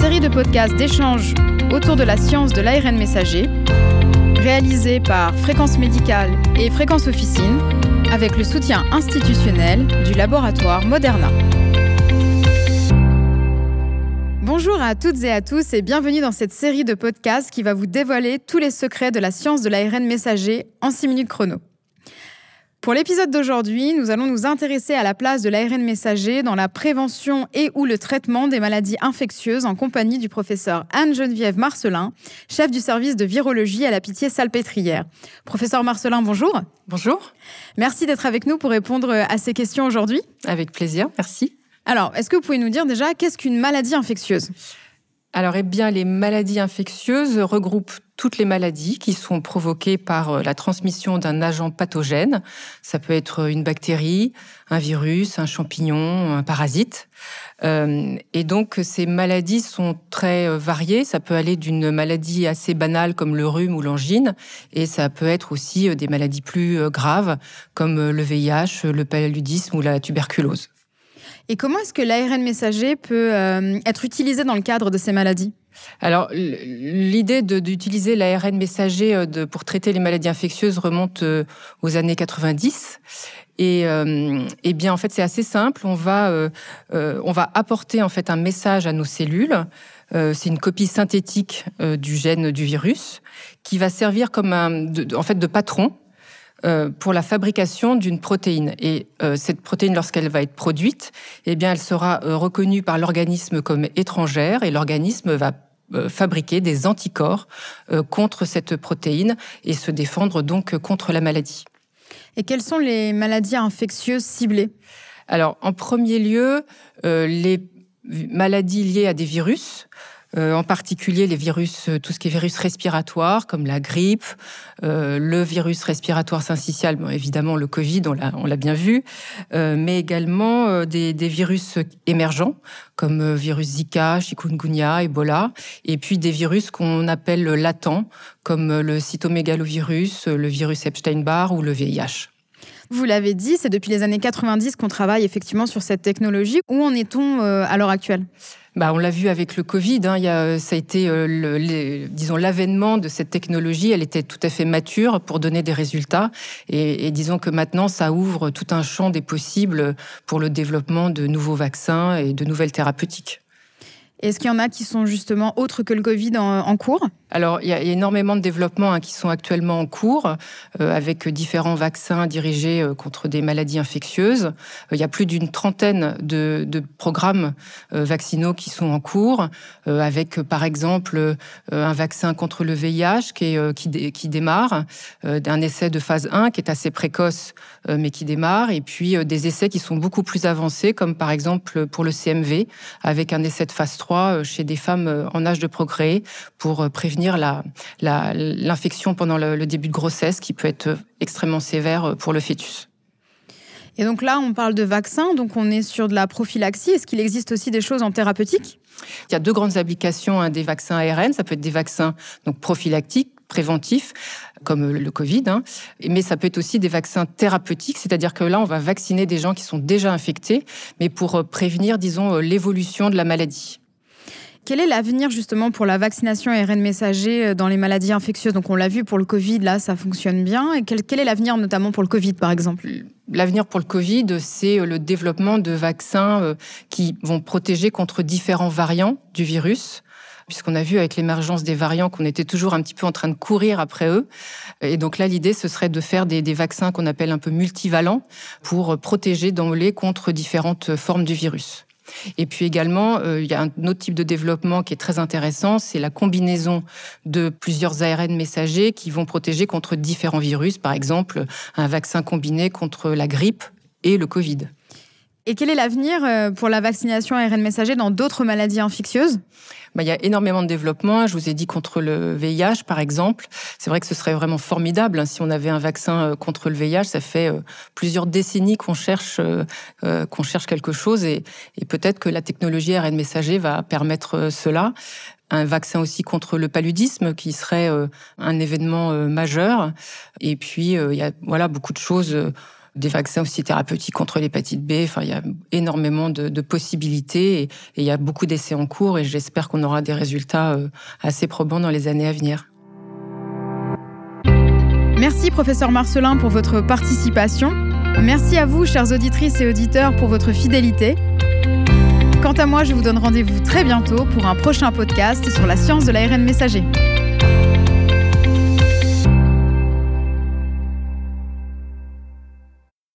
série de podcasts d'échanges autour de la science de l'ARN messager, réalisée par Fréquence Médicale et Fréquence Officine, avec le soutien institutionnel du laboratoire Moderna. Bonjour à toutes et à tous et bienvenue dans cette série de podcasts qui va vous dévoiler tous les secrets de la science de l'ARN messager en 6 minutes chrono. Pour l'épisode d'aujourd'hui, nous allons nous intéresser à la place de l'ARN messager dans la prévention et ou le traitement des maladies infectieuses en compagnie du professeur Anne-Geneviève Marcelin, chef du service de virologie à la Pitié-Salpêtrière. Professeur Marcelin, bonjour. Bonjour. Merci d'être avec nous pour répondre à ces questions aujourd'hui. Avec plaisir, merci. Alors, est-ce que vous pouvez nous dire déjà qu'est-ce qu'une maladie infectieuse ? Alors, les maladies infectieuses regroupent toutes les maladies qui sont provoquées par la transmission d'un agent pathogène. Ça peut être une bactérie, un virus, un champignon, un parasite. Et donc, ces maladies sont très variées. Ça peut aller d'une maladie assez banale comme le rhume ou l'angine, et ça peut être aussi des maladies plus graves comme le VIH, le paludisme ou la tuberculose. Et comment est-ce que l'ARN messager peut être utilisé dans le cadre de ces maladies ? Alors, l'idée d'utiliser l'ARN messager pour traiter les maladies infectieuses remonte aux années 90. Et bien, en fait, c'est assez simple. On va apporter en fait un message à nos cellules. C'est une copie synthétique du gène du virus qui va servir comme de patron pour la fabrication d'une protéine. Et cette protéine, lorsqu'elle va être produite, eh bien, elle sera reconnue par l'organisme comme étrangère et l'organisme va fabriquer des anticorps contre cette protéine et se défendre donc contre la maladie. Et quelles sont les maladies infectieuses ciblées ? Alors, en premier lieu, les maladies liées à des virus, en particulier les virus, tout ce qui est virus respiratoire, comme la grippe, le virus respiratoire syncytial, bon, évidemment le Covid, on l'a bien vu, mais également des virus émergents, comme virus Zika, chikungunya, Ebola, et puis des virus qu'on appelle latents, comme le cytomégalovirus, le virus Epstein-Barr ou le VIH. Vous l'avez dit, c'est depuis les années 90 qu'on travaille effectivement sur cette technologie. Où en est-on à l'heure actuelle ? On l'a vu avec le Covid, ça a été l'avènement de cette technologie. Elle était tout à fait mature pour donner des résultats. Et disons que maintenant, ça ouvre tout un champ des possibles pour le développement de nouveaux vaccins et de nouvelles thérapeutiques. Est-ce qu'il y en a qui sont justement autres que le Covid en cours ? Alors, il y a énormément de développements qui sont actuellement en cours, avec différents vaccins dirigés contre des maladies infectieuses. Il y a plus d'une trentaine de programmes vaccinaux qui sont en cours, avec par exemple un vaccin contre le VIH qui démarre, un essai de phase 1 qui est assez précoce, mais qui démarre, et puis des essais qui sont beaucoup plus avancés, comme par exemple pour le CMV, avec un essai de phase 3 chez des femmes en âge de procréer pour prévenir l'infection pendant le début de grossesse qui peut être extrêmement sévère pour le fœtus. Et donc là, on parle de vaccins, donc on est sur de la prophylaxie. Est-ce qu'il existe aussi des choses en thérapeutique ? Il y a deux grandes applications des vaccins ARN. Ça peut être des vaccins donc préventifs, comme le Covid, mais ça peut être aussi des vaccins thérapeutiques, c'est-à-dire que là, on va vacciner des gens qui sont déjà infectés, mais pour prévenir, l'évolution de la maladie. Quel est l'avenir justement pour la vaccination ARN messager dans les maladies infectieuses ? Donc on l'a vu pour le Covid, là ça fonctionne bien. Et quel est l'avenir notamment pour le Covid par exemple ? L'avenir pour le Covid, c'est le développement de vaccins qui vont protéger contre différents variants du virus, puisqu'on a vu avec l'émergence des variants qu'on était toujours un petit peu en train de courir après eux. Et donc là, l'idée, ce serait de faire des vaccins qu'on appelle un peu multivalents pour protéger d'emblée contre différentes formes du virus. Et puis également, il y a un autre type de développement qui est très intéressant, c'est la combinaison de plusieurs ARN messagers qui vont protéger contre différents virus, par exemple un vaccin combiné contre la grippe et le Covid. Et quel est l'avenir pour la vaccination ARN messager dans d'autres maladies infectieuses ? Il y a énormément de développement. Je vous ai dit contre le VIH, par exemple. C'est vrai que ce serait vraiment formidable si on avait un vaccin contre le VIH. Ça fait plusieurs décennies qu'on cherche quelque chose et peut-être que la technologie ARN messager va permettre cela. Un vaccin aussi contre le paludisme qui serait un événement majeur. Et puis, il y a beaucoup de choses des vaccins aussi thérapeutiques contre l'hépatite B. Enfin, il y a énormément de possibilités et il y a beaucoup d'essais en cours et j'espère qu'on aura des résultats assez probants dans les années à venir. Merci, professeur Marcelin, pour votre participation. Merci à vous, chères auditrices et auditeurs, pour votre fidélité. Quant à moi, je vous donne rendez-vous très bientôt pour un prochain podcast sur la science de l'ARN messager.